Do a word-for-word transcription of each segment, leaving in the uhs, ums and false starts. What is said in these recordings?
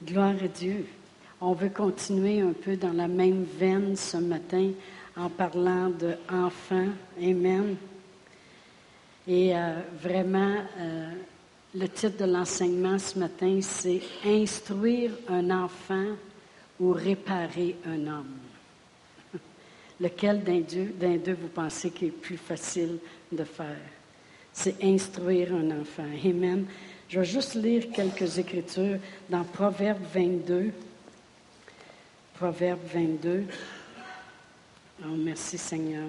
Gloire à Dieu. On veut continuer un peu dans la même veine ce matin en parlant d'enfants. Amen. Et euh, vraiment, euh, le titre de l'enseignement ce matin, c'est « Instruire un enfant ou réparer un homme ». Lequel d'un deux, d'un deux vous pensez qu'il est plus facile de faire? C'est instruire un enfant. Amen. Je vais juste lire quelques écritures dans Proverbe vingt-deux. Proverbe vingt-deux. Oh, merci Seigneur.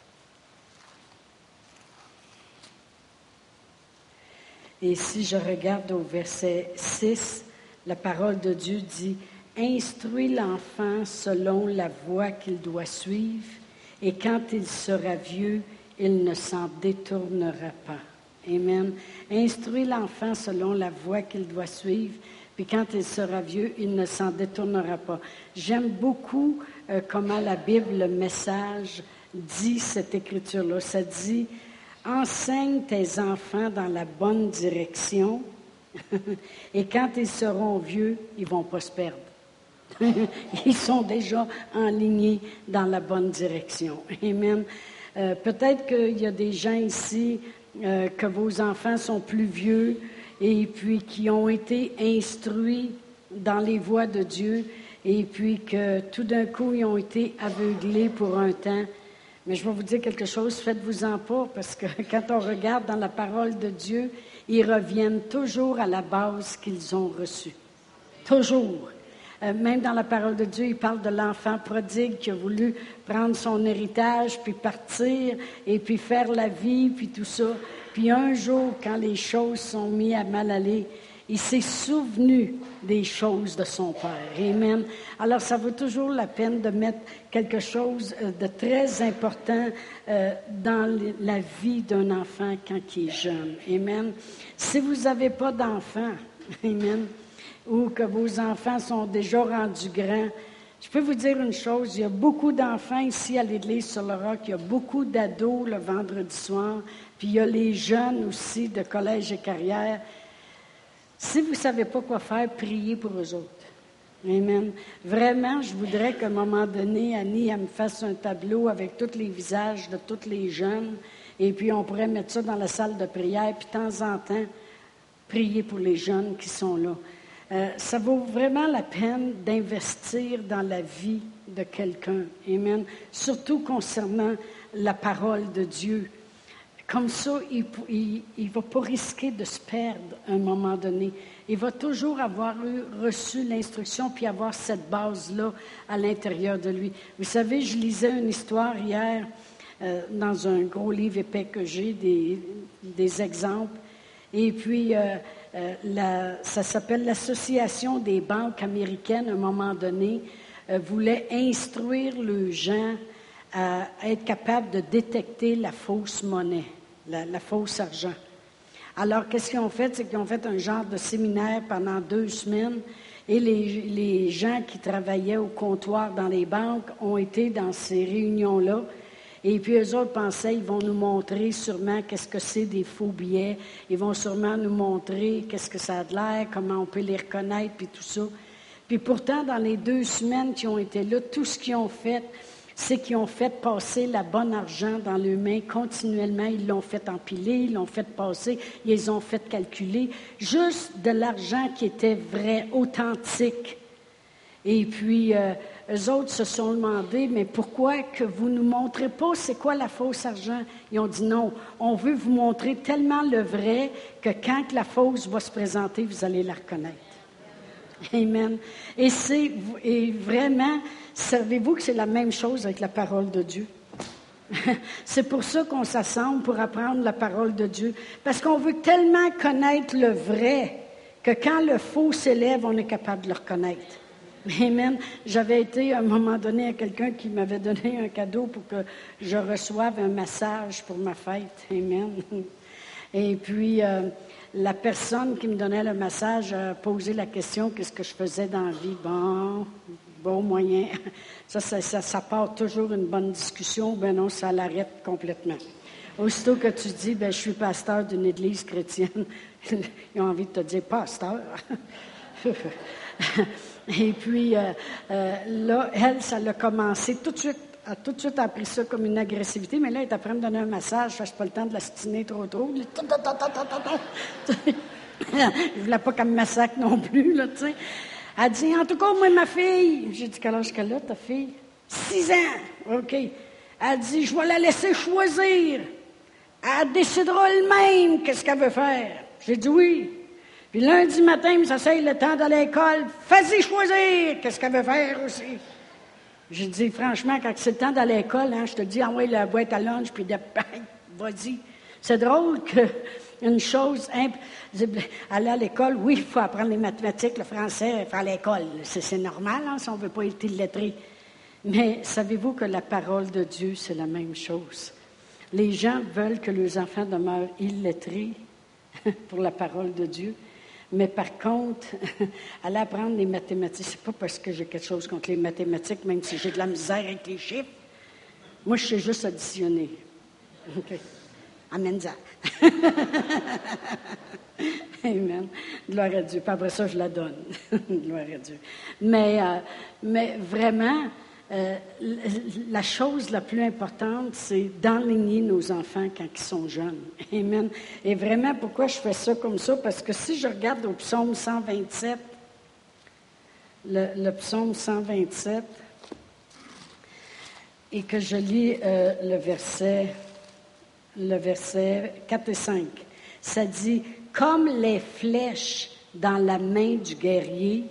Et si je regarde au verset six, la parole de Dieu dit « Instruis l'enfant selon la voie qu'il doit suivre, et quand il sera vieux, il ne s'en détournera pas. » Amen. Instruis l'enfant selon la voie qu'il doit suivre, puis quand il sera vieux, il ne s'en détournera pas. J'aime beaucoup euh, comment la Bible, le message, dit cette écriture-là. Ça dit « Enseigne tes enfants dans la bonne direction, et quand ils seront vieux, ils ne vont pas se perdre. » Ils sont déjà enlignés dans la bonne direction. Amen. Euh, peut-être qu'il y a des gens ici, euh, que vos enfants sont plus vieux et puis qui ont été instruits dans les voies de Dieu et puis que tout d'un coup, ils ont été aveuglés pour un temps. Mais je vais vous dire quelque chose, faites-vous-en pas, parce que quand on regarde dans la parole de Dieu, ils reviennent toujours à la base qu'ils ont reçue. Toujours. Euh, même dans la parole de Dieu, il parle de l'enfant prodigue qui a voulu prendre son héritage, puis partir, et puis faire la vie, puis tout ça. Puis un jour, quand les choses sont mises à mal aller, il s'est souvenu des choses de son Père. Amen. Alors, ça vaut toujours la peine de mettre quelque chose de très important euh, dans la vie d'un enfant quand il est jeune. Amen. Si vous n'avez pas d'enfant, amen, ou que vos enfants sont déjà rendus grands, je peux vous dire une chose, il y a beaucoup d'enfants ici à l'Église sur le Roc, il y a beaucoup d'ados le vendredi soir, puis il y a les jeunes aussi de collège et carrière. Si vous ne savez pas quoi faire, priez pour eux autres. Amen. Vraiment, je voudrais qu'à un moment donné, Annie, elle me fasse un tableau avec tous les visages de tous les jeunes, et puis on pourrait mettre ça dans la salle de prière, puis de temps en temps, prier pour les jeunes qui sont là. Euh, ça vaut vraiment la peine d'investir dans la vie de quelqu'un. Amen. Surtout concernant la parole de Dieu. Comme ça, il ne va pas risquer de se perdre à un moment donné. Il va toujours avoir eu, reçu l'instruction puis avoir cette base-là à l'intérieur de lui. Vous savez, je lisais une histoire hier euh, dans un gros livre épais que j'ai, des, des exemples. Et puis... Euh, Euh, la, ça s'appelle l'Association des banques américaines, à un moment donné, euh, voulait instruire les gens à, à être capables de détecter la fausse monnaie, la, la fausse argent. Alors, qu'est-ce qu'ils ont fait? C'est qu'ils ont fait un genre de séminaire pendant deux semaines et les, les gens qui travaillaient au comptoir dans les banques ont été dans ces réunions-là. Et puis, eux autres pensaient, ils vont nous montrer sûrement qu'est-ce que c'est des faux billets. Ils vont sûrement nous montrer qu'est-ce que ça a de l'air, comment on peut les reconnaître, puis tout ça. Puis pourtant, dans les deux semaines qui ont été là, tout ce qu'ils ont fait, c'est qu'ils ont fait passer la bonne argent dans leurs mains continuellement. Ils l'ont fait empiler, ils l'ont fait passer, ils les ont fait calculer. Juste de l'argent qui était vrai, authentique. Et puis... Euh, Eux autres se sont demandé, mais pourquoi que vous ne nous montrez pas c'est quoi la fausse argent? Ils ont dit non, on veut vous montrer tellement le vrai que quand la fausse va se présenter, vous allez la reconnaître. Amen. Et c'est et vraiment, savez-vous que c'est la même chose avec la parole de Dieu? C'est pour ça qu'on s'assemble pour apprendre la parole de Dieu. Parce qu'on veut tellement connaître le vrai que quand le faux s'élève, on est capable de le reconnaître. Amen. J'avais été à un moment donné à quelqu'un qui m'avait donné un cadeau pour que je reçoive un massage pour ma fête. Amen. Et puis, euh, la personne qui me donnait le massage a posé la question, qu'est-ce que je faisais dans la vie? Bon, bon moyen. Ça, ça, ça, ça part toujours une bonne discussion. Ben non, ça l'arrête complètement. Aussitôt que tu dis, ben je suis pasteur d'une église chrétienne, ils ont envie de te dire, pasteur. Et puis, euh, euh, là, elle, ça l'a commencé tout de suite. Elle a tout de suite appris ça comme une agressivité, mais là, elle est après me donner un massage, je n'ai pas le temps de la stiner trop trop. Je ne voulais pas qu'elle me massacre non plus, là, tu sais. Elle dit, en tout cas, moi, ma fille, j'ai dit, quel âge qu'elle a, ta fille? Six ans, OK. Elle dit, je vais la laisser choisir. Elle décidera elle-même qu'est-ce qu'elle veut faire. J'ai dit oui. Puis lundi matin, il s'asseye le temps d'aller à l'école. Fais-y choisir qu'est-ce qu'elle veut faire aussi. J'ai dit, franchement, quand c'est le temps d'aller à l'école, hein, je te dis, envoie la boîte à lunch, puis de, vas-y. C'est drôle qu'une chose, hein, aller à l'école, oui, il faut apprendre les mathématiques, le français, faire l'école. C'est, c'est normal, hein, si on ne veut pas être illettré. Mais savez-vous que la parole de Dieu, c'est la même chose? Les gens veulent que leurs enfants demeurent illettrés pour la parole de Dieu. Mais par contre, aller apprendre les mathématiques, c'est pas parce que j'ai quelque chose contre les mathématiques, même si j'ai de la misère avec les chiffres. Moi, je sais juste additionner. OK. Amen. Amen. Gloire à Dieu. Puis après ça, je la donne. Gloire à Dieu. Mais, euh, mais vraiment, euh, la chose la plus importante, c'est d'enligner nos enfants quand ils sont jeunes. Amen. Et vraiment, pourquoi je fais ça comme ça? Parce que si je regarde au psaume cent vingt-sept, le, le psaume cent vingt-sept, et que je lis euh, le verset, le verset quatre et cinq, ça dit « Comme les flèches dans la main du guerrier,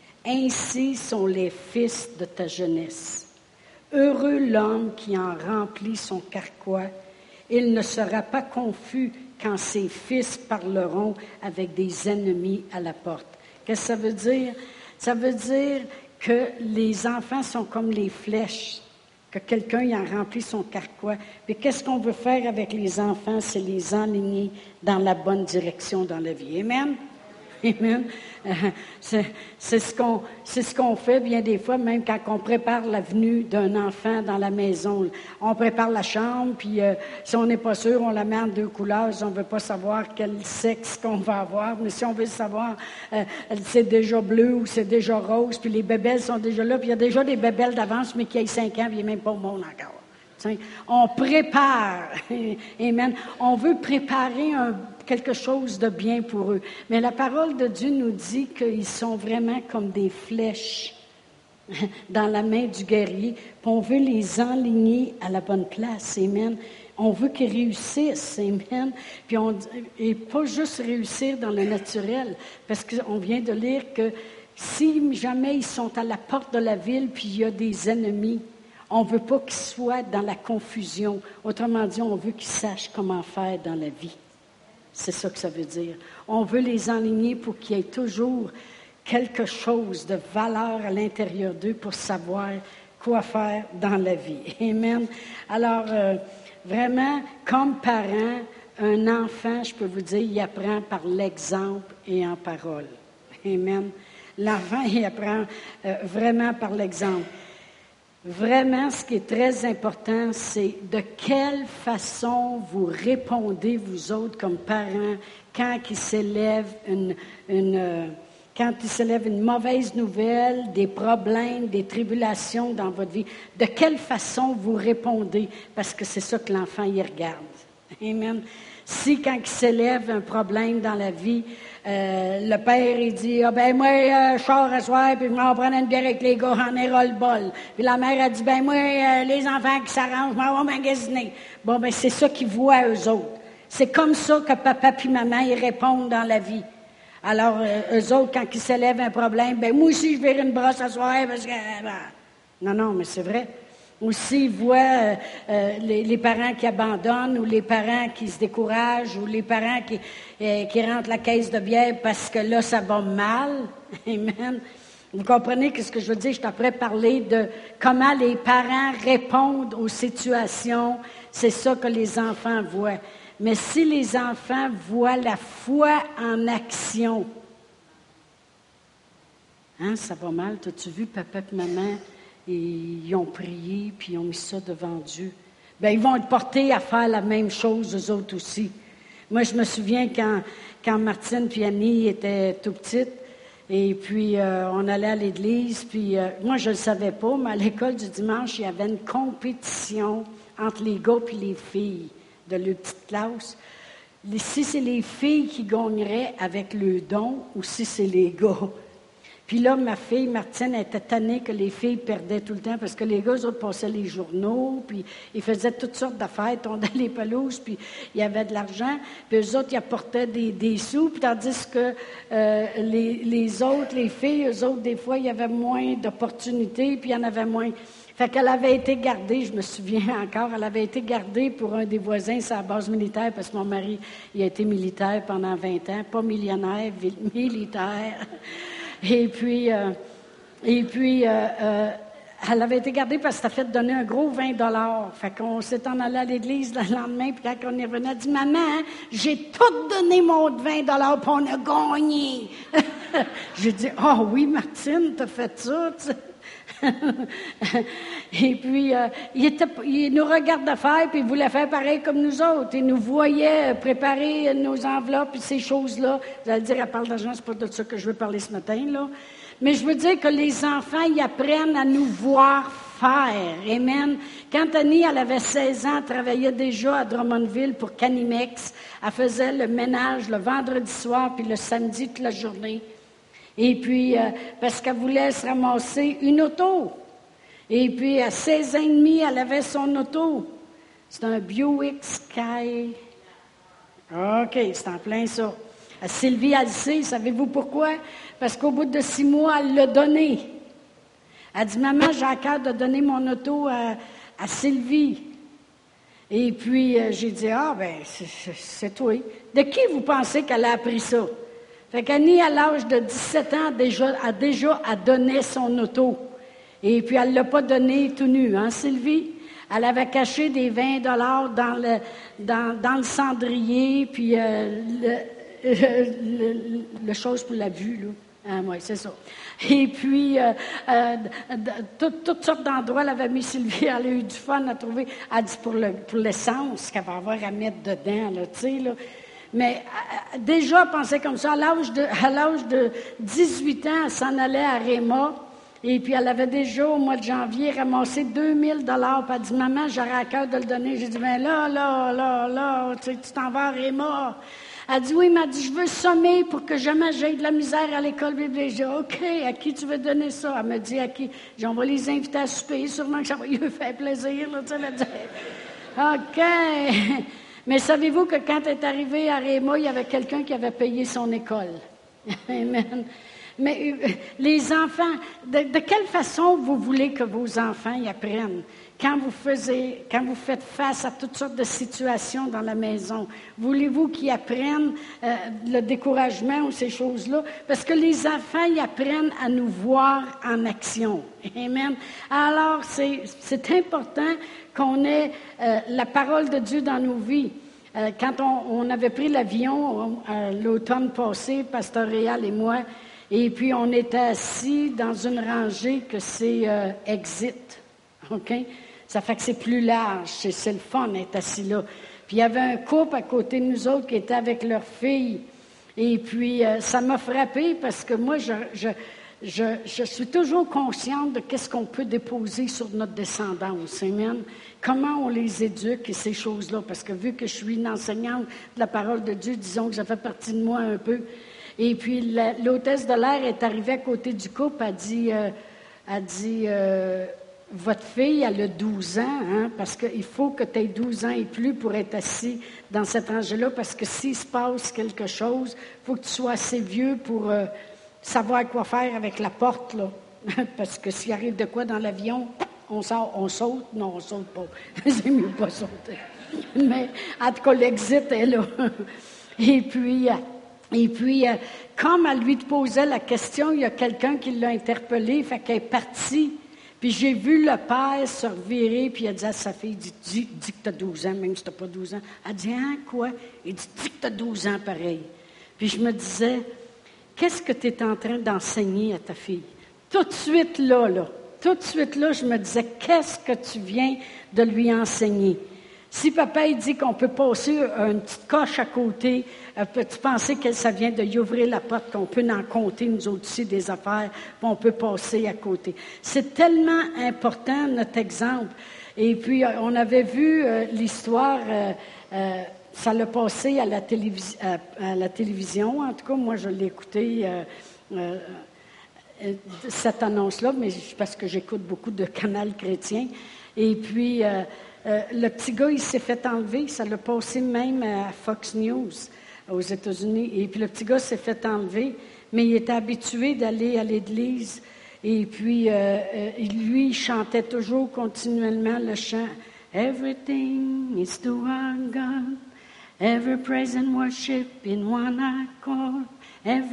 ainsi sont les fils de ta jeunesse. Heureux l'homme qui en remplit son carquois. Il ne sera pas confus quand ses fils parleront avec des ennemis à la porte. » Qu'est-ce que ça veut dire? Ça veut dire que les enfants sont comme les flèches, que quelqu'un y en remplit son carquois. Puis qu'est-ce qu'on veut faire avec les enfants? C'est les enligner dans la bonne direction dans la vie. Amen? Amen. Euh, c'est, c'est, ce qu'on, c'est ce qu'on fait bien des fois, même quand on prépare la venue d'un enfant dans la maison. On prépare la chambre, puis euh, si on n'est pas sûr, on la met en deux couleurs. Si on ne veut pas savoir quel sexe qu'on va avoir, mais si on veut savoir, euh, c'est déjà bleu ou c'est déjà rose, puis les bébelles sont déjà là, puis il y a déjà des bébelles d'avance, mais qui ont cinq ans, puis il n'est même pas au monde encore. T'sais, on prépare. Amen. On veut préparer un quelque chose de bien pour eux. Mais la parole de Dieu nous dit qu'ils sont vraiment comme des flèches dans la main du guerrier. Puis on veut les enligner à la bonne place. Amen. On veut qu'ils réussissent. Amen. Puis on, et pas juste réussir dans le naturel. Parce qu'on vient de lire que si jamais ils sont à la porte de la ville puis il y a des ennemis, on ne veut pas qu'ils soient dans la confusion. Autrement dit, on veut qu'ils sachent comment faire dans la vie. C'est ça que ça veut dire. On veut les enligner pour qu'il y ait toujours quelque chose de valeur à l'intérieur d'eux pour savoir quoi faire dans la vie. Amen. Alors, euh, vraiment, comme parent, un enfant, je peux vous dire, il apprend par l'exemple et en parole. Amen. L'enfant, il apprend euh, vraiment par l'exemple. Vraiment, ce qui est très important, c'est de quelle façon vous répondez, vous autres, comme parents, quand il s'élève une, une, quand il s'élève une mauvaise nouvelle, des problèmes, des tribulations dans votre vie. De quelle façon vous répondez? Parce que c'est ça que l'enfant y regarde. Amen. Si, quand il s'élève un problème dans la vie, euh, le père, il dit, ah ben moi, euh, je sors à soir, puis je m'en prends une bière avec les gars, en est le bol. Puis la mère a dit, ben moi, euh, les enfants qui s'arrangent, je m'en vais magasiner. Bon, ben c'est ça qu'ils voient eux autres. C'est comme ça que papa puis maman, ils répondent dans la vie. Alors, euh, eux autres, quand ils s'élèvent un problème, ben moi aussi, je vais une brosse à soir, parce que... Euh, ben, non, non, mais c'est vrai. Aussi, ils voient euh, euh, les, les parents qui abandonnent ou les parents qui se découragent ou les parents qui, euh, qui rentrent la caisse de bière parce que là, ça va mal. Amen. Vous comprenez ce que je veux dire? Je suis après parler de comment les parents répondent aux situations. C'est ça que les enfants voient. Mais si les enfants voient la foi en action, hein, ça va mal. T'as-tu vu papa et maman? Et ils ont prié, puis ils ont mis ça devant Dieu. Bien, ils vont être portés à faire la même chose, eux autres aussi. Moi, je me souviens quand, quand Martine et Annie étaient tout petites, Et puis, euh, on allait à l'église, puis euh, moi, je ne le savais pas, mais à l'école du dimanche, il y avait une compétition entre les gars et les filles de leur petite classe. Si c'est les filles qui gagneraient avec le don ou si c'est les gars. Puis là, ma fille, Martine, était tannée que les filles perdaient tout le temps parce que les gars, eux autres, passaient les journaux, puis ils faisaient toutes sortes d'affaires, tondaient les pelouses, puis il y avait de l'argent. Puis eux autres, ils apportaient des, des sous, puis tandis que euh, les, les autres, les filles, eux autres, des fois, il y avait moins d'opportunités, puis il y en avait moins. Fait qu'elle avait été gardée, je me souviens encore, elle avait été gardée pour un des voisins sur la base militaire, parce que mon mari, il a été militaire pendant vingt ans, pas millionnaire, militaire. Et puis, euh, et puis euh, euh, elle avait été gardée parce que ça fait donner un gros vingt dollars. Fait qu'on s'est en allé à l'église le lendemain, puis quand on est revenu, elle a dit « Maman, hein, j'ai tout donné mon vingt dollars, puis on a gagné! » J'ai dit « Ah oh, oui, Martine, t'as fait ça, tu sais. » Et puis, euh, il, était, il nous regardait faire, puis il voulait faire pareil comme nous autres. Il nous voyait préparer nos enveloppes et ces choses-là. Vous allez dire, elle parle d'argent, c'est pas de ça que je veux parler ce matin, là. Mais je veux dire que les enfants, ils apprennent à nous voir faire. Amen. Quand Annie, elle avait seize ans, elle travaillait déjà à Drummondville pour Canimex. Elle faisait le ménage le vendredi soir, puis le samedi toute la journée. Et puis, euh, parce qu'elle voulait se ramasser une auto. Et puis, à seize ans et demi, elle avait son auto. C'est un Buick Sky. OK, c'est en plein ça. À Sylvie, elle le sait. Savez-vous pourquoi? Parce qu'au bout de six mois, elle l'a donné. Elle dit, « Maman, j'ai à cœur de donner mon auto à, à Sylvie. » Et puis, euh, j'ai dit, « Ah, ben c'est, c'est, c'est toi. » De qui vous pensez qu'elle a appris ça? Fait qu'Annie, à l'âge de dix-sept ans, déjà, a déjà a donné son auto. Et puis, elle ne l'a pas donné tout nu, hein, Sylvie? Elle avait caché des vingt dollars dans le, dans, dans le cendrier, puis euh, le, le, le, le chose pour la vue, là. Ah, oui, c'est ça. Et puis, euh, euh, tout, toutes sortes d'endroits, elle avait mis Sylvie, elle a eu du fun à trouver. Elle a dit pour, le, pour l'essence qu'elle va avoir à mettre dedans, là, tu sais, là. Mais euh, déjà, elle pensait comme ça. À l'âge de, à l'âge de dix-huit ans, elle s'en allait à Réma. Et puis, elle avait déjà, au mois de janvier, ramassé deux mille dollars. Puis elle dit, « Maman, j'aurais à cœur de le donner. » J'ai dit, « Ben là, là, là, là, tu sais, tu t'en vas à Réma. » Elle dit, « Oui, elle m'a dit, je veux sommer pour que jamais j'aie de la misère à l'école biblique. » J'ai dit, « OK, à qui tu veux donner ça? » Elle me dit, « À qui? » J'ai dit, « On va les inviter à souper. Sûrement que ça va lui faire plaisir. » Là, tu sais, elle dit, « OK. » Mais savez-vous que quand elle est arrivée à Réma, il y avait quelqu'un qui avait payé son école. Amen. Mais euh, les enfants, de, de quelle façon vous voulez que vos enfants y apprennent? Quand vous, faisiez, quand vous faites face à toutes sortes de situations dans la maison, voulez-vous qu'ils apprennent euh, le découragement ou ces choses-là? Parce que les enfants, ils apprennent à nous voir en action. Amen. Alors, c'est, c'est important qu'on ait euh, la parole de Dieu dans nos vies. Euh, quand on, on avait pris l'avion euh, l'automne passé, Pasteur Réal et moi, et puis on était assis dans une rangée que c'est euh, exit, OK? Ça fait que c'est plus large, c'est, c'est le fun d'être assis là. Puis il y avait un couple à côté de nous autres qui était avec leur fille. Et puis euh, ça m'a frappée parce que moi, je, je, je, je suis toujours consciente de qu'est-ce qu'on peut déposer sur notre descendance. Amen. Comment on les éduque et ces choses-là. Parce que vu que je suis une enseignante de la parole de Dieu, disons que ça fait partie de moi un peu. Et puis, la, l'hôtesse de l'air est arrivée à côté du couple, elle dit, euh, elle dit euh, votre fille, elle a douze ans, hein, parce qu'il faut que tu aies douze ans et plus pour être assis dans cette rangée-là, parce que s'il se passe quelque chose, il faut que tu sois assez vieux pour euh, savoir quoi faire avec la porte, là. Parce que s'il arrive de quoi dans l'avion, on sort, on saute. Non, on saute pas. C'est mieux pas sauter. Mais, en tout cas, l'exit est là. Et puis... Et puis, euh, comme elle lui posait la question, il y a quelqu'un qui l'a interpellée, fait qu'elle est partie. Puis j'ai vu le père se revirer, puis il a dit à sa fille, dis, dis, dis que tu as douze ans, même si tu n'as pas douze ans. Elle dit, hein, quoi? Il dit, dis que tu as douze ans, pareil. Puis je me disais, qu'est-ce que tu es en train d'enseigner à ta fille? Tout de suite là, là, tout de suite là, je me disais, qu'est-ce que tu viens de lui enseigner? Si papa il dit qu'on peut passer une petite coche à côté, euh, peux-tu penser que ça vient de y ouvrir la porte, qu'on peut en compter, nous autres ici, des affaires, puis on peut passer à côté. C'est tellement important, notre exemple. Et puis, on avait vu euh, l'histoire, euh, euh, ça l'a passé à la, télévis- à, à la télévision, en tout cas, moi je l'ai écouté, euh, euh, cette annonce-là, mais parce que j'écoute beaucoup de canaux chrétiens. Et puis... Euh, Euh, le petit gars, il s'est fait enlever. Ça l'a passé même à Fox News aux États-Unis. Et puis le petit gars s'est fait enlever, mais il était habitué d'aller à l'église. Et puis, euh, euh, lui, il chantait toujours continuellement le chant « Everything is to our God, every praise and worship in one accord, everything ».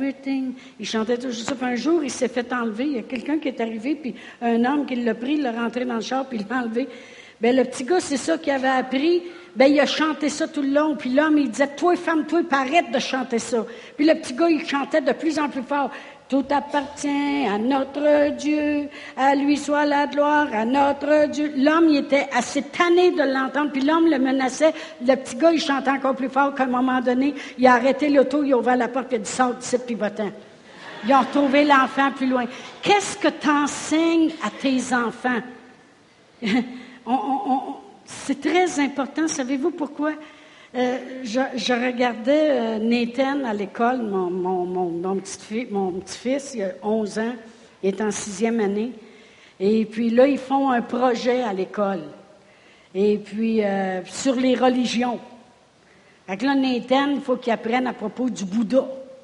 Il chantait toujours ça. Puis un jour, il s'est fait enlever. Il y a quelqu'un qui est arrivé, puis un homme qui l'a pris, l'a rentré dans le char, puis il l'a enlevé. Bien, le petit gars, c'est ça qu'il avait appris. Bien, il a chanté ça tout le long. Puis l'homme, il disait, toi, femme, toi, arrête de chanter ça. Puis le petit gars, il chantait de plus en plus fort. Tout appartient à notre Dieu, à lui soit la gloire, à notre Dieu. L'homme, il était assez tanné de l'entendre, puis l'homme le menaçait. Le petit gars, il chantait encore plus fort qu'à un moment donné, il a arrêté l'auto, il a ouvert la porte, il a dit, sors d'ici, puis va-t'en. Ils ont retrouvé l'enfant plus loin. Qu'est-ce que tu enseignes à tes enfants? On, on, on, c'est très important. Savez-vous pourquoi? Euh, je, je regardais euh, Nathan à l'école, mon, mon, mon, mon, petit, mon petit-fils, il a onze ans, il est en sixième année. Et puis là, ils font un projet à l'école. Et puis, euh, sur les religions. Fait que là, Nathan, il faut qu'il apprenne à propos du Bouddha.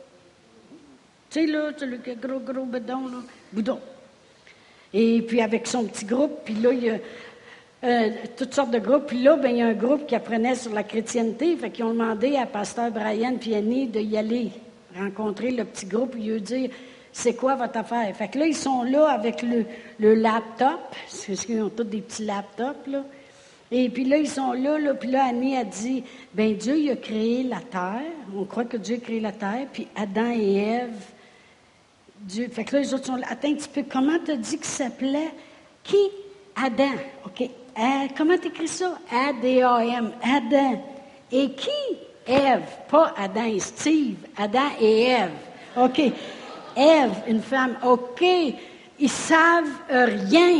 Tu sais, là, le gros, gros bedon, là, Bouddha. Et puis, avec son petit groupe, puis là, il y a... Euh, toutes sortes de groupes. Puis là, ben, il y a un groupe qui apprenait sur la chrétienté. Fait qu'ils ont demandé à pasteur Brian puis Annie d'y aller rencontrer le petit groupe et lui dire c'est quoi votre affaire. Fait que là, ils sont là avec le, le laptop. Parce qu'ils ont tous des petits laptops, là. Et puis là, ils sont là, là. Puis là, Annie a dit ben Dieu, il a créé la terre. On croit que Dieu a créé la terre. Puis Adam et Ève, Dieu. Fait que là, les autres sont là. Attends un petit peu. Comment t'as dit qu'il s'appelait? Qui? Adam. OK. Euh, comment t'écris ça? A D A M. Adam. Et qui? Ève. Pas Adam et Steve. Adam et Ève. OK. Ève, une femme. OK. Ils savent euh, rien.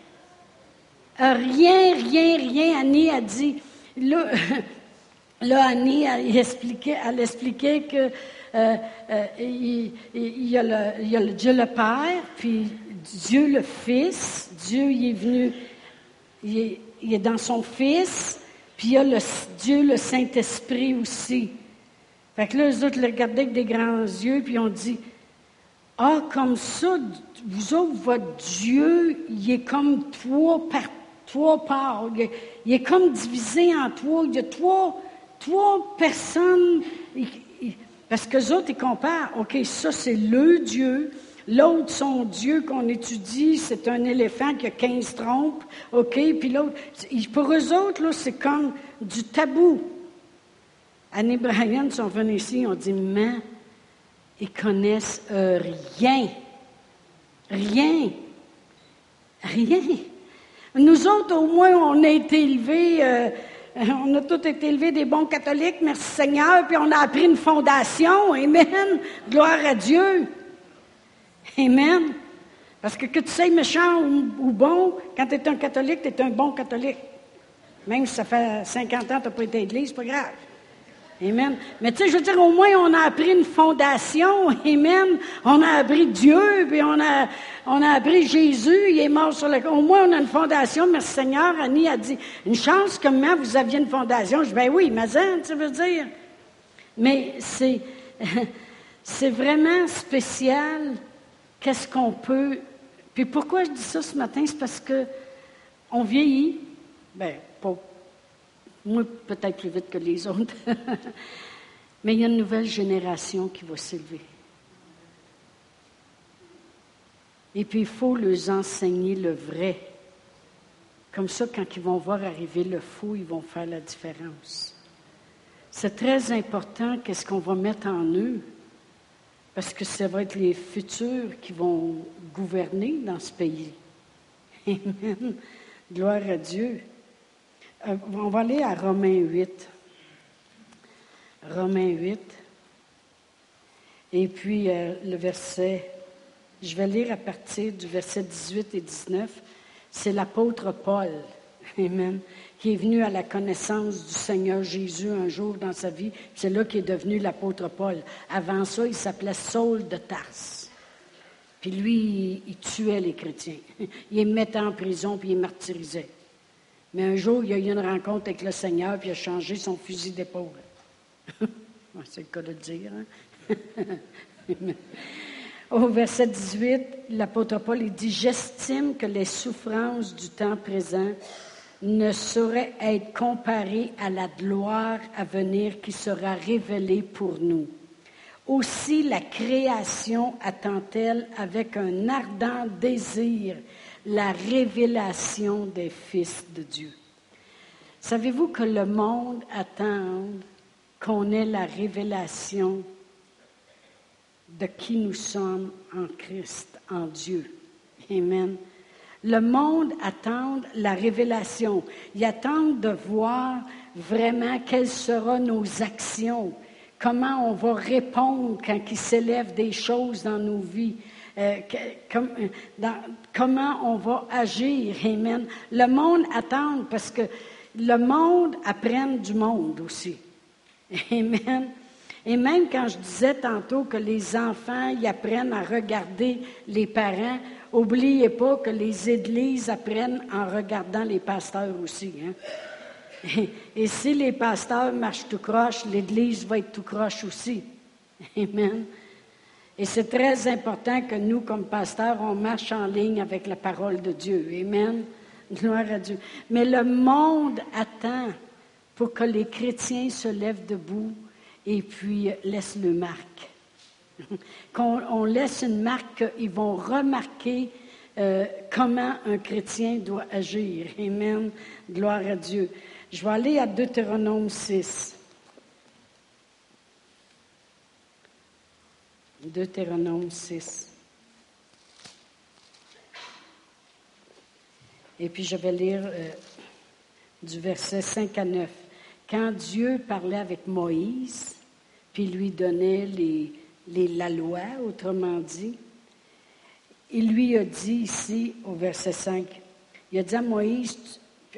Euh, rien, rien, rien. Annie a dit... Là, là Annie, elle expliquait, elle expliquait que euh, euh, il, il, y a le, il y a le Dieu le Père, puis Dieu le Fils. Dieu, il est venu... Il est, il est dans son Fils, puis il y a le, Dieu, le Saint-Esprit aussi. Fait que là, eux autres le regardaient avec des grands yeux, puis on dit, « Ah, comme ça, vous autres, votre Dieu, il est comme trois par trois parts. Il est, il est comme divisé en trois. Il y a trois, trois personnes. Il, il, parce que les autres, ils comparent. OK, ça, c'est le Dieu. L'autre, son Dieu qu'on étudie, c'est un éléphant qui a quinze trompes, OK? Puis l'autre, pour eux autres, là, c'est comme du tabou. Annie et Brian sont venus ici, on dit, mais ils connaissent euh, rien. Rien. Rien. Nous autres, au moins, on a été élevés, euh, on a tous été élevés des bons catholiques, merci Seigneur, puis on a appris une fondation, amen, gloire à Dieu. Amen. Parce que que tu sois méchant ou, ou bon, quand tu es un catholique, tu es un bon catholique. Même si ça fait cinquante ans que tu n'as pas été à l'église, c'est pas grave. Amen. Mais tu sais, je veux dire, au moins, on a appris une fondation. Amen. On a appris Dieu, puis on a, on a appris Jésus, il est mort sur le... Au moins, on a une fondation. Merci Seigneur. Annie a dit, une chance que moi, vous aviez une fondation. Je dis, ben oui, mais ça, tu veux dire. Mais c'est, c'est vraiment spécial. Qu'est-ce qu'on peut... Puis pourquoi je dis ça ce matin? C'est parce que on vieillit. Bien, pas... Moi, peut-être plus vite que les autres. Mais il y a une nouvelle génération qui va s'élever. Et puis, il faut leur enseigner le vrai. Comme ça, quand ils vont voir arriver le faux, ils vont faire la différence. C'est très important qu'est-ce qu'on va mettre en eux. Parce que ça va être les futurs qui vont gouverner dans ce pays. Amen. Gloire à Dieu. Euh, on va aller à Romains huit. Romains huit. Et puis, euh, le verset, je vais lire à partir du verset dix-huit et dix-neuf. C'est l'apôtre Paul, amen, qui est venu à la connaissance du Seigneur Jésus un jour dans sa vie. C'est là qu'il est devenu l'apôtre Paul. Avant ça, il s'appelait Saul de Tarse. Puis lui, il, il tuait les chrétiens. Il les mettait en prison, puis il les martyrisait. Mais un jour, il y a eu une rencontre avec le Seigneur, puis il a changé son fusil d'épaule. C'est le cas de le dire. Hein? Au verset dix-huit, l'apôtre Paul il dit « J'estime que les souffrances du temps présent ne sauraient être comparées à la gloire à venir qui sera révélée pour nous. Aussi la création attend-elle avec un ardent désir la révélation des fils de Dieu. » Savez-vous que le monde attend qu'on ait la révélation de qui nous sommes en Christ, en Dieu. Amen. Le monde attend la révélation. Il attend de voir vraiment quelles seront nos actions, comment on va répondre quand il s'élève des choses dans nos vies, euh, comme, dans, comment on va agir. Amen. Le monde attend parce que le monde apprend du monde aussi. Amen. Et même quand je disais tantôt que les enfants y apprennent à regarder les parents, n'oubliez pas que les églises apprennent en regardant les pasteurs aussi. Hein? Et, et si les pasteurs marchent tout croche, l'église va être tout croche aussi. Amen. Et c'est très important que nous, comme pasteurs, on marche en ligne avec la parole de Dieu. Amen. Gloire à Dieu. Mais le monde attend pour que les chrétiens se lèvent debout et puis laissent le marque. Qu'on on laisse une marque, ils vont remarquer euh, comment un chrétien doit agir. Amen. Gloire à Dieu. Je vais aller à Deutéronome six. Deutéronome six. Et puis je vais lire euh, du verset cinq à neuf. Quand Dieu parlait avec Moïse, puis lui donnait les, les, la loi, autrement dit, il lui a dit ici, au verset cinq, il a dit à Moïse,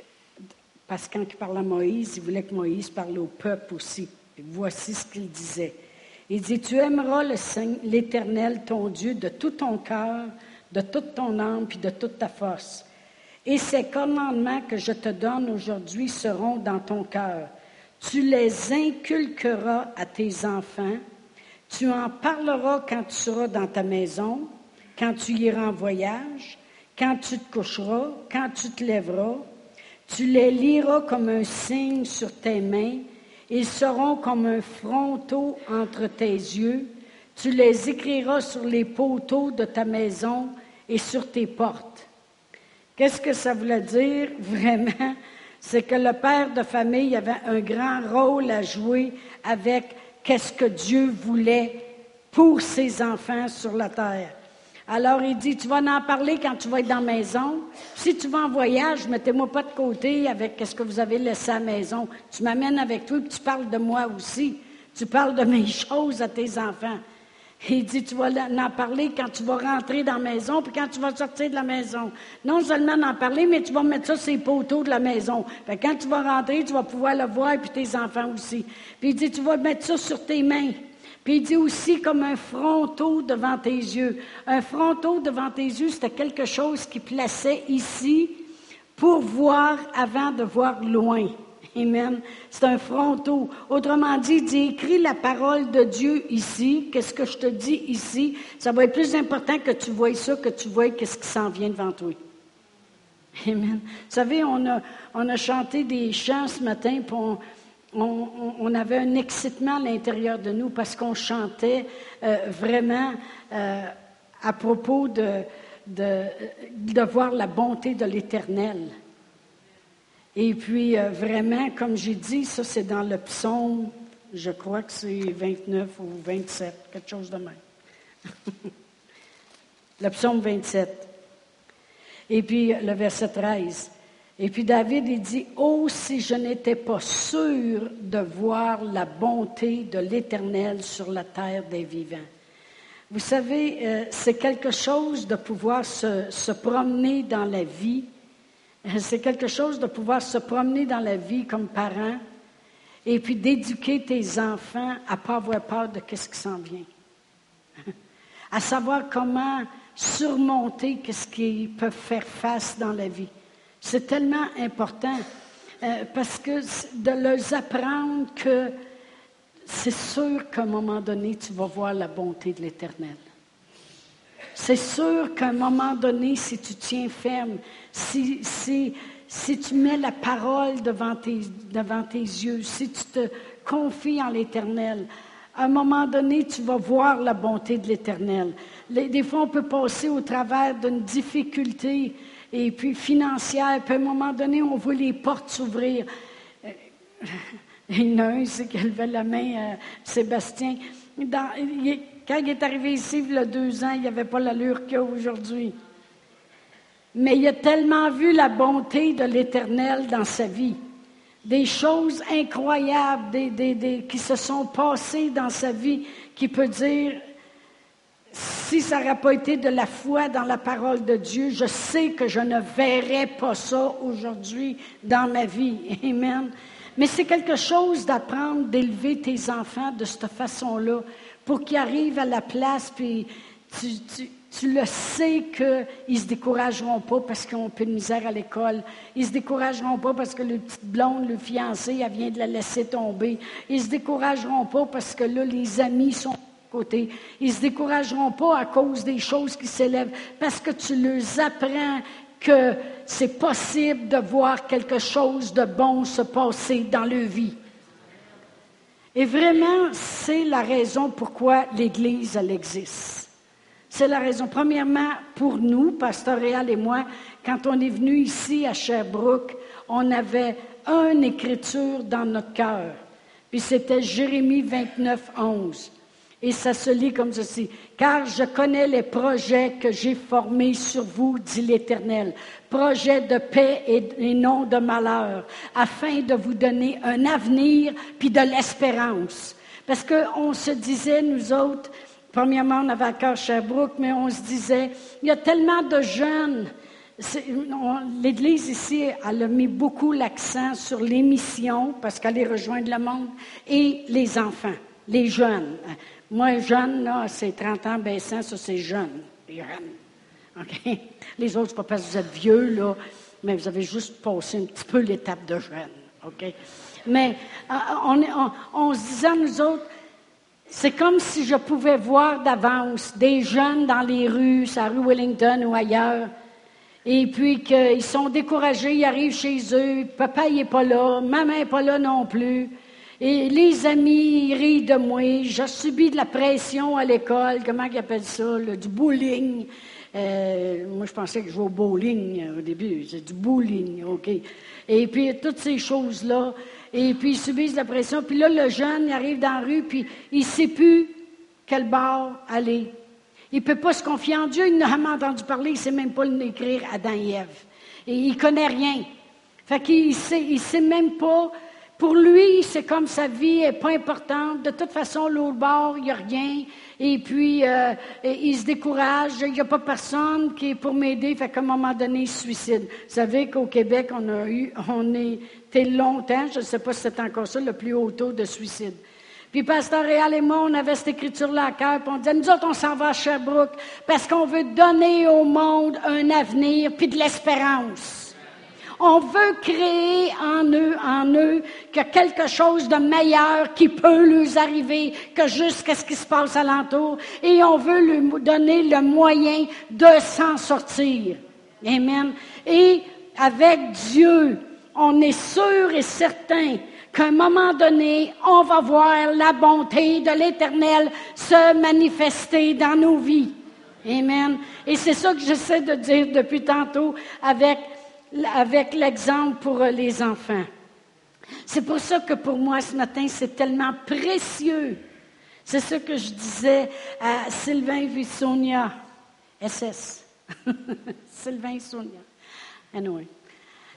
parce que quand il parlait à Moïse, il voulait que Moïse parle au peuple aussi. Et voici ce qu'il disait. Il dit, « Tu aimeras le Seigneur, l'Éternel, ton Dieu, de tout ton cœur, de toute ton âme, puis de toute ta force. Et ces commandements que je te donne aujourd'hui seront dans ton cœur. Tu les inculqueras à tes enfants. Tu en parleras quand tu seras dans ta maison, quand tu iras en voyage, quand tu te coucheras, quand tu te lèveras. Tu les liras comme un signe sur tes mains. Ils seront comme un fronteau entre tes yeux. Tu les écriras sur les poteaux de ta maison et sur tes portes. » Qu'est-ce que ça voulait dire vraiment? C'est que le père de famille avait un grand rôle à jouer avec qu'est-ce que Dieu voulait pour ses enfants sur la terre. Alors, il dit, tu vas en parler quand tu vas être dans la maison. Si tu vas en voyage, mettez-moi pas de côté avec ce que vous avez laissé à la maison. Tu m'amènes avec toi et tu parles de moi aussi. Tu parles de mes choses à tes enfants. Il dit, tu vas en parler quand tu vas rentrer dans la maison puis quand tu vas sortir de la maison. Non seulement en parler, mais tu vas mettre ça sur les poteaux de la maison. Fait que quand tu vas rentrer, tu vas pouvoir le voir puis tes enfants aussi. Puis il dit, tu vas mettre ça sur tes mains. Puis il dit aussi comme un fronteau devant tes yeux. Un fronteau devant tes yeux, c'était quelque chose qui plaçait ici pour voir avant de voir loin. Amen. C'est un fronteau. Autrement dit, il dit, écris la parole de Dieu ici. Qu'est-ce que je te dis ici? Ça va être plus important que tu voies ça, que tu voies qu'est-ce qui s'en vient devant toi. Amen. Vous savez, on a, on a chanté des chants ce matin, puis on, on, on avait un excitement à l'intérieur de nous parce qu'on chantait euh, vraiment euh, à propos de, de, de voir la bonté de l'Éternel. Et puis, euh, vraiment, comme j'ai dit, ça, c'est dans le psaume, je crois que c'est vingt-neuf ou vingt-sept, quelque chose de même. Le psaume vingt-sept. Et puis, le verset treize. Et puis David, il dit, « Oh, si je n'étais pas sûr de voir la bonté de l'Éternel sur la terre des vivants. » Vous savez, euh, c'est quelque chose de pouvoir se, se promener dans la vie. C'est quelque chose de pouvoir se promener dans la vie comme parent et puis d'éduquer tes enfants à ne pas avoir peur de ce qui s'en vient. À savoir comment surmonter ce qu'ils peuvent faire face dans la vie. C'est tellement important euh, parce que de leur apprendre que c'est sûr qu'à un moment donné, tu vas voir la bonté de l'Éternel. C'est sûr qu'à un moment donné, si tu tiens ferme, si, si, si tu mets la parole devant tes, devant tes yeux, si tu te confies en l'Éternel, à un moment donné, tu vas voir la bonté de l'Éternel. Les, des fois, on peut passer au travers d'une difficulté et puis financière, puis à un moment donné, on voit les portes s'ouvrir. Il y en a un ici qui a levé la main, euh, Sébastien. Dans, il, quand il est arrivé ici, il y a deux ans, il n'y avait pas l'allure qu'il a aujourd'hui. Mais il a tellement vu la bonté de l'Éternel dans sa vie. Des choses incroyables des, des, des, qui se sont passées dans sa vie, qui peut dire, si ça n'aurait pas été de la foi dans la parole de Dieu, je sais que je ne verrais pas ça aujourd'hui dans ma vie. Amen. Mais c'est quelque chose d'apprendre, d'élever tes enfants de cette façon-là, pour qu'ils arrivent à la place, puis tu, tu, tu le sais qu'ils ne se décourageront pas parce qu'ils ont un peu de misère à l'école. Ils ne se décourageront pas parce que le petite blonde, le fiancé, elle vient de la laisser tomber. Ils ne se décourageront pas parce que là, les amis sont à côté. Ils ne se décourageront pas à cause des choses qui s'élèvent, parce que tu leur apprends que c'est possible de voir quelque chose de bon se passer dans leur vie. Et vraiment, c'est la raison pourquoi l'Église, elle existe. C'est la raison, premièrement, pour nous, Pasteur Réal et moi, quand on est venu ici à Sherbrooke, on avait une écriture dans notre cœur. Puis c'était Jérémie vingt-neuf, onze. Et ça se lit comme ceci. « Car je connais les projets que j'ai formés sur vous, dit l'Éternel, projets de paix et, et non de malheur, afin de vous donner un avenir puis de l'espérance. » Parce qu'on se disait, nous autres, premièrement, on avait à cœur Sherbrooke, mais on se disait, il y a tellement de jeunes. On, L'Église ici, elle a mis beaucoup l'accent sur les missions, parce qu'elle les rejoindre le monde, et les enfants, les jeunes. Moi, jeune, là, c'est trente ans baissant, ça, c'est jeune. Les jeunes. OK? Les autres, c'est pas parce que vous êtes vieux, là, mais vous avez juste passé un petit peu l'étape de jeune. OK? Mais on, on, on se disait, nous autres, c'est comme si je pouvais voir d'avance des jeunes dans les rues, sur la rue Wellington ou ailleurs, et puis qu'ils sont découragés, ils arrivent chez eux, papa n'est pas là, maman n'est pas là non plus. Et les amis, ils rient de moi. J'ai subi de la pression à l'école. Comment ils appellent ça? Là, du bullying. Euh, moi, je pensais que je jouais au bowling euh, au début. C'est du bullying, OK. Et puis, toutes ces choses-là. Et puis, ils subissent de la pression. Puis là, le jeune, il arrive dans la rue, puis il ne sait plus quel bord aller. Il ne peut pas se confier en Dieu. Il n'a jamais entendu parler. Il ne sait même pas l'écrire Adam et Ève. Et il ne connaît rien. Fait qu'il ne sait, il sait même pas... Pour lui, c'est comme sa vie n'est pas importante. De toute façon, l'autre bord, il n'y a rien. Et puis, euh, il se décourage. Il n'y a pas personne qui est pour m'aider. Fait qu'à un moment donné, il se suicide. Vous savez qu'au Québec, on a eu, on était longtemps, je ne sais pas si c'est encore ça, le plus haut taux de suicide. Puis Pasteur Réal et moi, on avait cette écriture-là à cœur, puis on disait, nous autres, on s'en va à Sherbrooke parce qu'on veut donner au monde un avenir puis de l'espérance. On veut créer en eux, en eux, que quelque chose de meilleur qui peut leur arriver que juste ce qui se passe alentour. Et on veut lui donner le moyen de s'en sortir. Amen. Et avec Dieu, on est sûr et certain qu'à un moment donné, on va voir la bonté de l'Éternel se manifester dans nos vies. Amen. Et c'est ça que j'essaie de dire depuis tantôt avec avec l'exemple pour les enfants. C'est pour ça que pour moi, ce matin, c'est tellement précieux. C'est ce que je disais à Sylvain et Sonia, S S. Sylvain et Sonia. Anyway.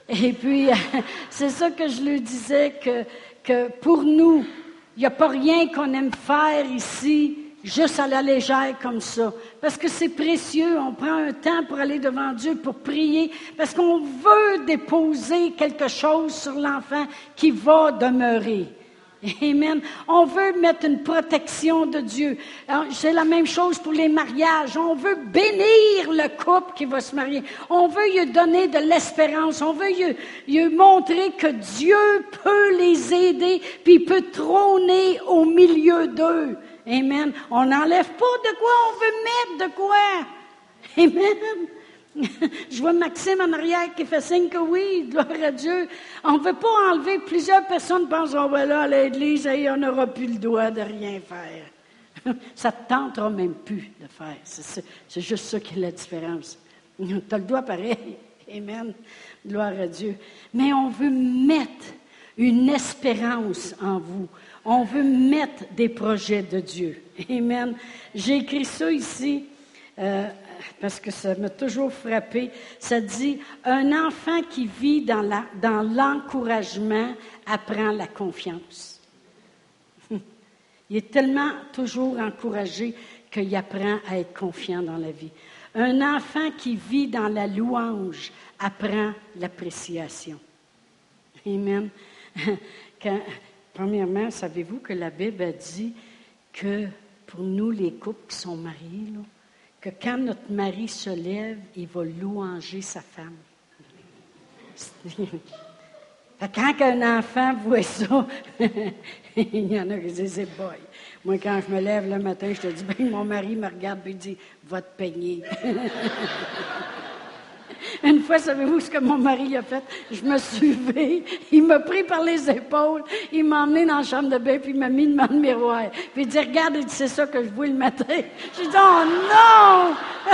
Et puis, c'est ça que je lui disais, que, que pour nous, il n'y a pas rien qu'on aime faire ici, juste à la légère comme ça. Parce que c'est précieux, on prend un temps pour aller devant Dieu, pour prier, parce qu'on veut déposer quelque chose sur l'enfant qui va demeurer. Amen. On veut mettre une protection de Dieu. Alors, c'est la même chose pour les mariages. On veut bénir le couple qui va se marier. On veut lui donner de l'espérance. On veut lui, lui montrer que Dieu peut les aider, puis il peut trôner au milieu d'eux. Amen. On n'enlève pas de quoi, on veut mettre de quoi. Amen. Je vois Maxime en arrière qui fait signe que oui, gloire à Dieu. On ne veut pas enlever, plusieurs personnes pensent, oh ben là, à l'église, on n'aura plus le droit de rien faire. Ça ne te tentera même plus de faire. C'est, c'est juste ça qui est la différence. Tu as le droit pareil. Amen. Gloire à Dieu. Mais on veut mettre une espérance en vous. On veut mettre des projets de Dieu. Amen. J'ai écrit ça ici. Euh, parce que ça m'a toujours frappé. Ça dit, un enfant qui vit dans, la, dans l'encouragement apprend la confiance. Il est tellement toujours encouragé qu'il apprend à être confiant dans la vie. Un enfant qui vit dans la louange apprend l'appréciation. Amen. Quand, premièrement, savez-vous que la Bible a dit que pour nous, les couples qui sont mariés, là, que quand notre mari se lève, il va louanger sa femme. Quand un enfant voit ça, il y en a qui disent, c'est boy. Moi, quand je me lève le matin, je te dis, ben, mon mari me regarde et il dit, va te peigner. Une fois, savez-vous ce que mon mari a fait? Je me suis levée, il m'a pris par les épaules, il m'a emmené dans la chambre de bain, puis il m'a mis devant le miroir. Puis il dit, regarde, il dit, c'est ça que je vois le matin. J'ai dit, oh non!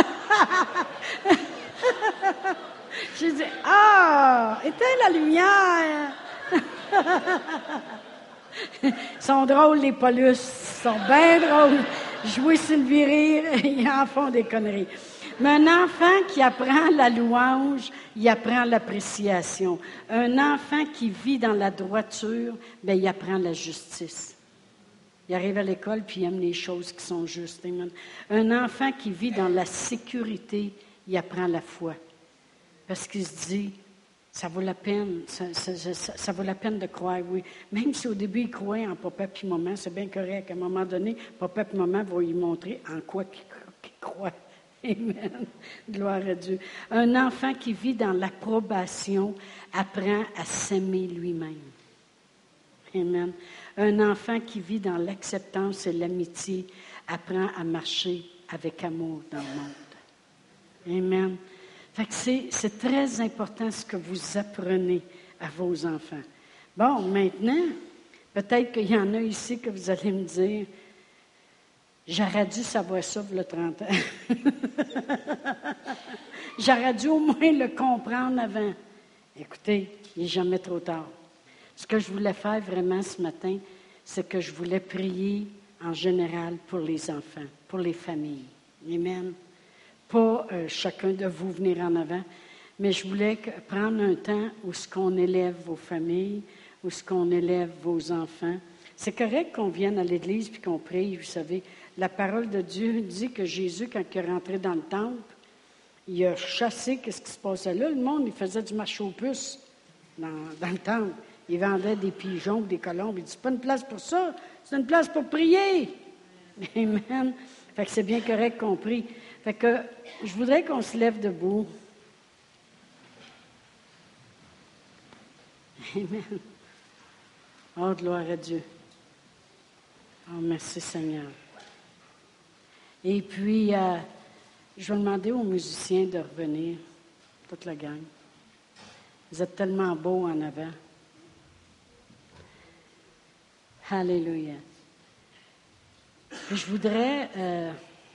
J'ai dit, ah, éteins la lumière! Ils sont drôles, les Paulus. Ils sont bien drôles. Jouer Sylvie rire, ils en font des conneries. Mais un enfant qui apprend la louange, il apprend l'appréciation. Un enfant qui vit dans la droiture, bien, il apprend la justice. Il arrive à l'école puis il aime les choses qui sont justes. Amen. Un enfant qui vit dans la sécurité, il apprend la foi. Parce qu'il se dit, ça vaut la peine, ça, ça, ça, ça vaut la peine de croire, oui. Même si au début il croit en papa puis maman, c'est bien correct. À un moment donné, papa et maman vont lui montrer en quoi il croit. Amen. Gloire à Dieu. Un enfant qui vit dans l'approbation apprend à s'aimer lui-même. Amen. Un enfant qui vit dans l'acceptance et l'amitié apprend à marcher avec amour dans le monde. Amen. Fait que c'est, c'est très important ce que vous apprenez à vos enfants. Bon, maintenant, peut-être qu'il y en a ici que vous allez me dire, j'aurais dû savoir ça il y a trente ans. J'aurais dû au moins le comprendre avant. Écoutez, il n'est jamais trop tard. Ce que je voulais faire vraiment ce matin, c'est que je voulais prier en général pour les enfants, pour les familles. Amen. Pas euh, chacun de vous venir en avant, mais je voulais que, prendre un temps où ce qu'on élève vos familles, où ce qu'on élève vos enfants. C'est correct qu'on vienne à l'église puis qu'on prie, vous savez. La parole de Dieu dit que Jésus, quand il est rentré dans le temple, il a chassé qu'est-ce qui se passait là. Le monde, il faisait du marché aux puces dans, dans le temple. Il vendait des pigeons, des colombes. Il dit, c'est pas une place pour ça, c'est une place pour prier. Amen. Fait que c'est bien correct qu'on prie. Fait que je voudrais qu'on se lève debout. Amen. Oh, gloire à Dieu. Oh, merci Seigneur. Et puis, euh, je vais demander aux musiciens de revenir, toute la gang. Vous êtes tellement beaux en avant. Alléluia. Je voudrais, euh,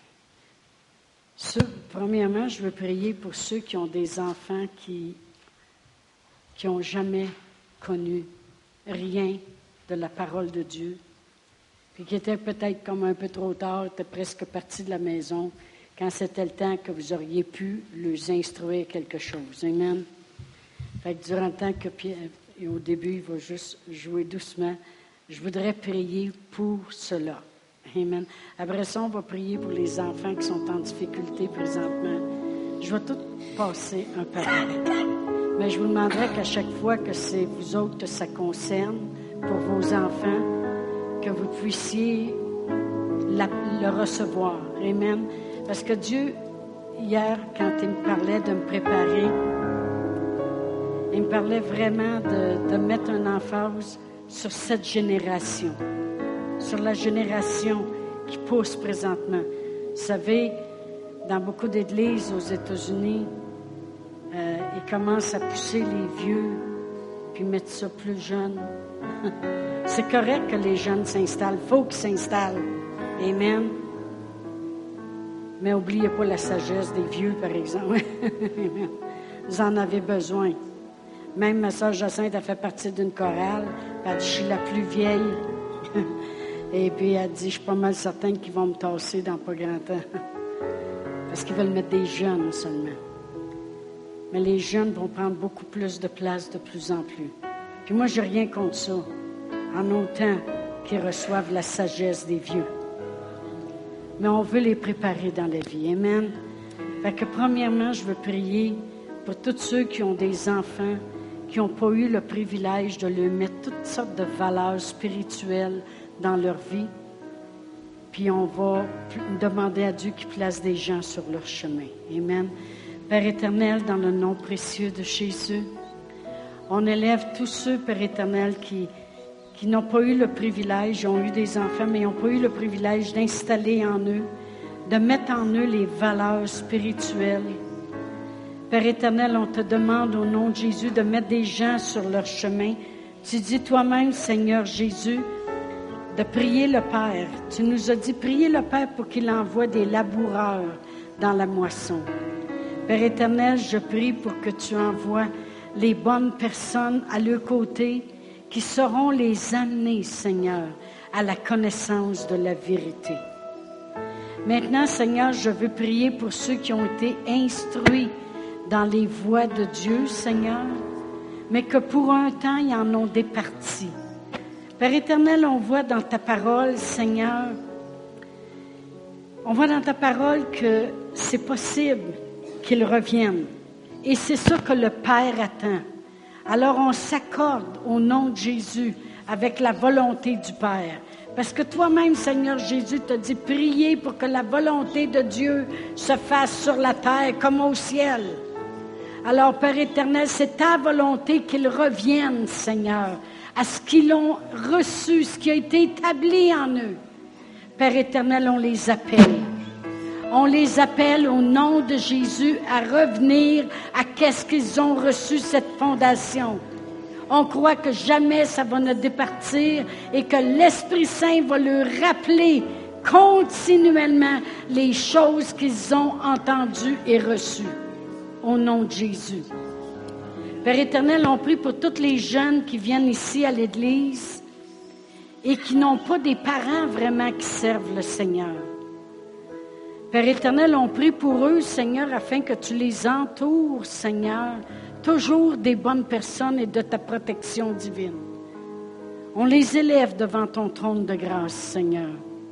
ceux, premièrement, je veux prier pour ceux qui ont des enfants qui qui n'ont jamais connu rien de la parole de Dieu, puis qui étaient peut-être comme un peu trop tard, étaient presque partis de la maison, quand c'était le temps que vous auriez pu les instruire quelque chose. Amen. Fait que durant le temps que Pierre, et au début, il va juste jouer doucement, je voudrais prier pour cela. Amen. Après ça, on va prier pour les enfants qui sont en difficulté présentement. Je vais tout passer un par un. Mais je vous demanderai qu'à chaque fois que c'est vous autres que ça concerne, pour vos enfants, que vous puissiez la, le recevoir. Amen. Parce que Dieu, hier, quand il me parlait de me préparer, il me parlait vraiment de, de mettre une emphase sur cette génération, sur la génération qui pousse présentement. Vous savez, dans beaucoup d'églises aux États-Unis, euh, ils commencent à pousser les vieux, puis mettre ça plus jeune. C'est correct que les jeunes s'installent. Il faut qu'ils s'installent. Amen. Mais n'oubliez pas la sagesse des vieux, par exemple. Vous en avez besoin. Même ma sœur Jacinthe a fait partie d'une chorale. Elle dit, je suis la plus vieille. Et puis elle dit, je suis pas mal certaine qu'ils vont me tasser dans pas grand temps. Parce qu'ils veulent mettre des jeunes seulement. Mais les jeunes vont prendre beaucoup plus de place de plus en plus. Puis moi, je n'ai rien contre ça, en autant qu'ils reçoivent la sagesse des vieux. Mais on veut les préparer dans la vie. Amen. Fait que premièrement, je veux prier pour tous ceux qui ont des enfants, qui n'ont pas eu le privilège de leur mettre toutes sortes de valeurs spirituelles dans leur vie. Puis on va demander à Dieu qu'il place des gens sur leur chemin. Amen. Père éternel, dans le nom précieux de Jésus, on élève tous ceux, Père éternel, qui, qui n'ont pas eu le privilège, ont eu des enfants, mais n'ont pas eu le privilège d'installer en eux, de mettre en eux les valeurs spirituelles. Père éternel, on te demande au nom de Jésus de mettre des gens sur leur chemin. Tu dis toi-même, Seigneur Jésus, de prier le Père. Tu nous as dit, prier le Père pour qu'il envoie des laboureurs dans la moisson. Père éternel, je prie pour que tu envoies les bonnes personnes à leur côté qui sauront les amener, Seigneur, à la connaissance de la vérité. Maintenant, Seigneur, je veux prier pour ceux qui ont été instruits dans les voies de Dieu, Seigneur, mais que pour un temps, ils en ont départi. Père éternel, on voit dans ta parole, Seigneur, on voit dans ta parole que c'est possible qu'ils reviennent. Et c'est ça que le Père attend. Alors on s'accorde au nom de Jésus avec la volonté du Père. Parce que toi-même, Seigneur Jésus, t'as dit prier pour que la volonté de Dieu se fasse sur la terre comme au ciel. Alors, Père éternel, c'est ta volonté qu'ils reviennent, Seigneur, à ce qu'ils ont reçu, ce qui a été établi en eux. Père éternel, on les appelle. On les appelle au nom de Jésus à revenir à qu'est-ce qu'ils ont reçu, cette fondation. On croit que jamais ça va ne départir et que l'Esprit Saint va leur rappeler continuellement les choses qu'ils ont entendues et reçues. Au nom de Jésus. Père éternel, on prie pour tous les jeunes qui viennent ici à l'Église et qui n'ont pas des parents vraiment qui servent le Seigneur. Père éternel, on prie pour eux, Seigneur, afin que tu les entoures, Seigneur, toujours des bonnes personnes et de ta protection divine. On les élève devant ton trône de grâce, Seigneur.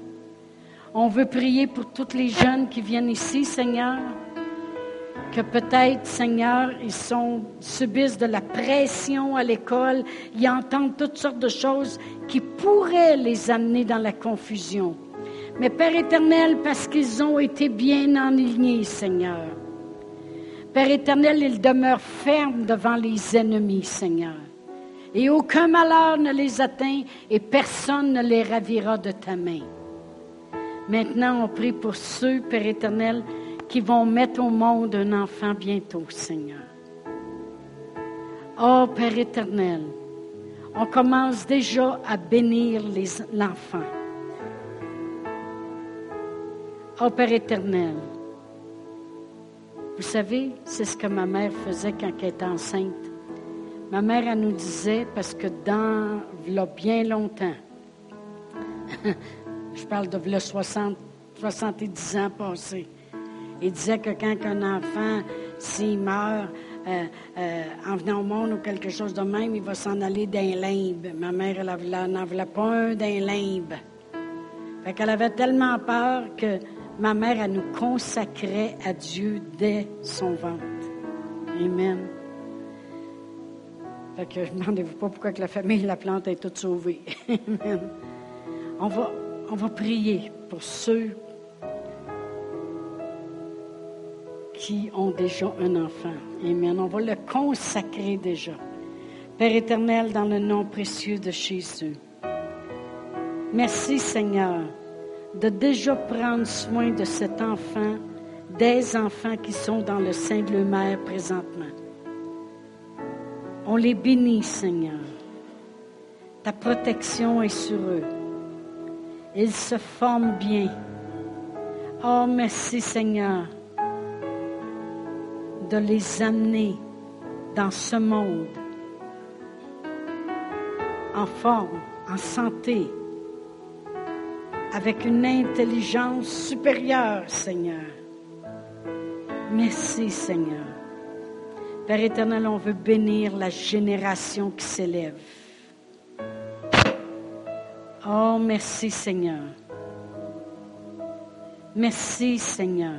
On veut prier pour tous les jeunes qui viennent ici, Seigneur, que peut-être, Seigneur, ils sont, subissent de la pression à l'école, ils entendent toutes sortes de choses qui pourraient les amener dans la confusion. Mais Père éternel, parce qu'ils ont été bien enlignés, Seigneur. Père éternel, ils demeurent fermes devant les ennemis, Seigneur. Et aucun malheur ne les atteint et personne ne les ravira de ta main. Maintenant, on prie pour ceux, Père éternel, qui vont mettre au monde un enfant bientôt, Seigneur. Oh, Père éternel, on commence déjà à bénir les, l'enfant. Oh, Père éternel, vous savez, c'est ce que ma mère faisait quand elle était enceinte. Ma mère, elle nous disait, parce que dans, là, bien longtemps, je parle de là, soixante, soixante-dix ans passés, il disait que quand un enfant, s'il meurt, euh, euh, en venant au monde ou quelque chose de même, il va s'en aller d'un limbe. Ma mère, elle n'en voulait pas un d'un limbe. Fait qu'elle avait tellement peur que ma mère, elle nous consacrait à Dieu dès son ventre. Amen. Fait que je ne demandez-vous pas pourquoi que la famille La Plante est toute sauvée. Amen. On va, on va prier pour ceux qui ont déjà un enfant. Amen. On va le consacrer déjà. Père éternel, dans le nom précieux de Jésus. Merci Seigneur de déjà prendre soin de cet enfant, des enfants qui sont dans le sein de leur mère présentement. On les bénit, Seigneur. Ta protection est sur eux. Ils se forment bien. Oh, merci, Seigneur, de les amener dans ce monde en forme, en santé, avec une intelligence supérieure, Seigneur. Merci, Seigneur. Père éternel, on veut bénir la génération qui s'élève. Oh, merci, Seigneur. Merci, Seigneur.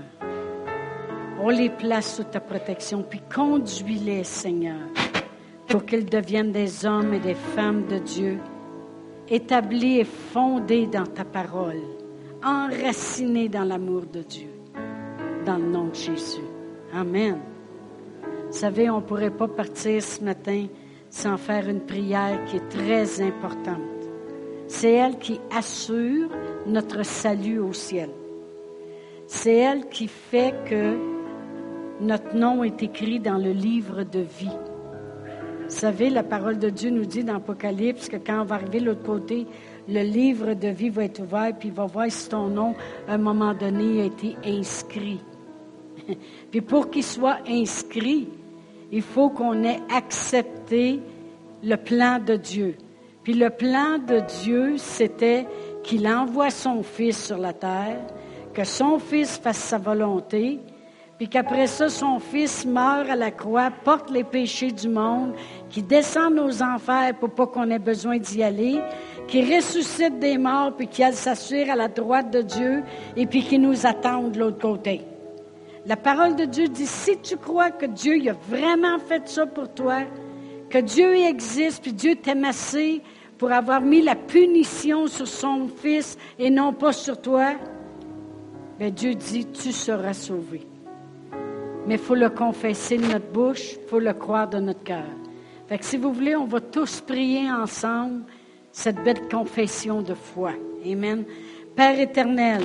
On les place sous ta protection, puis conduis-les, Seigneur, pour qu'ils deviennent des hommes et des femmes de Dieu, établis et fondés dans ta parole, enracinés dans l'amour de Dieu, dans le nom de Jésus. Amen. Vous savez, on ne pourrait pas partir ce matin sans faire une prière qui est très importante. C'est elle qui assure notre salut au ciel. C'est elle qui fait que notre nom est écrit dans le livre de vie. Vous savez, la parole de Dieu nous dit dans l'Apocalypse que quand on va arriver de l'autre côté, le livre de vie va être ouvert, puis il va voir si ton nom, à un moment donné, a été inscrit. Puis pour qu'il soit inscrit, il faut qu'on ait accepté le plan de Dieu. Puis le plan de Dieu, c'était qu'il envoie son Fils sur la terre, que son Fils fasse sa volonté, puis qu'après ça, son Fils meurt à la croix, porte les péchés du monde, qui descend aux enfers pour pas qu'on ait besoin d'y aller, qui ressuscite des morts, puis qui aille s'asseoir à la droite de Dieu, et puis qui nous attend de l'autre côté. La parole de Dieu dit, si tu crois que Dieu il a vraiment fait ça pour toi, que Dieu existe, puis Dieu t'aime assez pour avoir mis la punition sur son Fils et non pas sur toi, bien Dieu dit, tu seras sauvé. Mais il faut le confesser de notre bouche, il faut le croire de notre cœur. Fait que si vous voulez, on va tous prier ensemble cette belle confession de foi. Amen. Père éternel,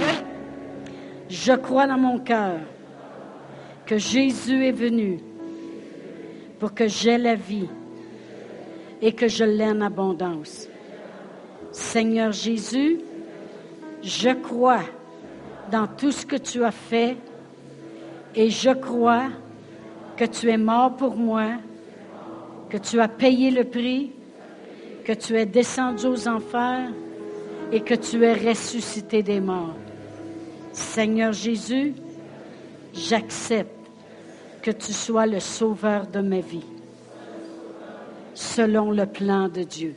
je crois dans mon cœur que Jésus est venu pour que j'aie la vie et que je l'ai en abondance. Seigneur Jésus, je crois dans tout ce que tu as fait et je crois que tu es mort pour moi, que tu as payé le prix, que tu es descendu aux enfers et que tu es ressuscité des morts. Seigneur Jésus, j'accepte que tu sois le sauveur de ma vie, selon le plan de Dieu.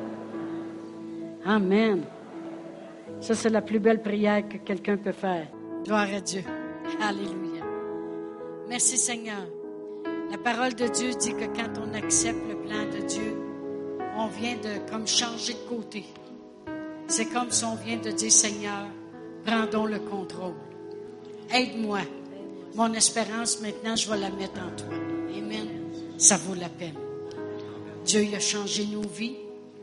Amen. Ça, c'est la plus belle prière que quelqu'un peut faire. Gloire à Dieu. Alléluia. Merci Seigneur. La parole de Dieu dit que quand on accepte le plan de Dieu, on vient de comme changer de côté. C'est comme si on vient de dire, Seigneur, prends donc le contrôle. Aide-moi. Mon espérance, maintenant, je vais la mettre en toi. Amen. Ça vaut la peine. Dieu il a changé nos vies.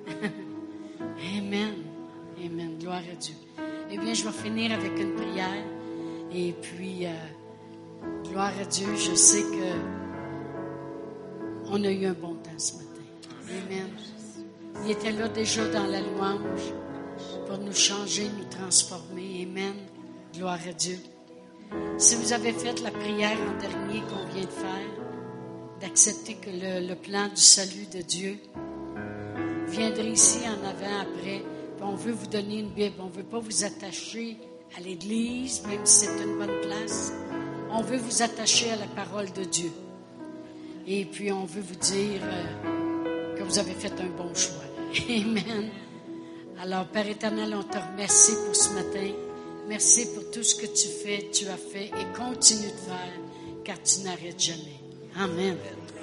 Amen. Amen. Gloire à Dieu. Eh bien, je vais finir avec une prière. Et puis, euh, gloire à Dieu, je sais que on a eu un bon temps ce matin. Amen. Il était là déjà dans la louange pour nous changer, nous transformer. Amen. Gloire à Dieu. Si vous avez fait la prière en dernier qu'on vient de faire, d'accepter que le, le plan du salut de Dieu, viendrez ici en avant, après, puis on veut vous donner une Bible. On ne veut pas vous attacher à l'Église, même si c'est une bonne place. On veut vous attacher à la parole de Dieu. Et puis, on veut vous dire euh, que vous avez fait un bon choix. Amen. Alors, Père éternel, on te remercie pour ce matin. Merci pour tout ce que tu fais, tu as fait et continue de faire, car tu n'arrêtes jamais. Amen.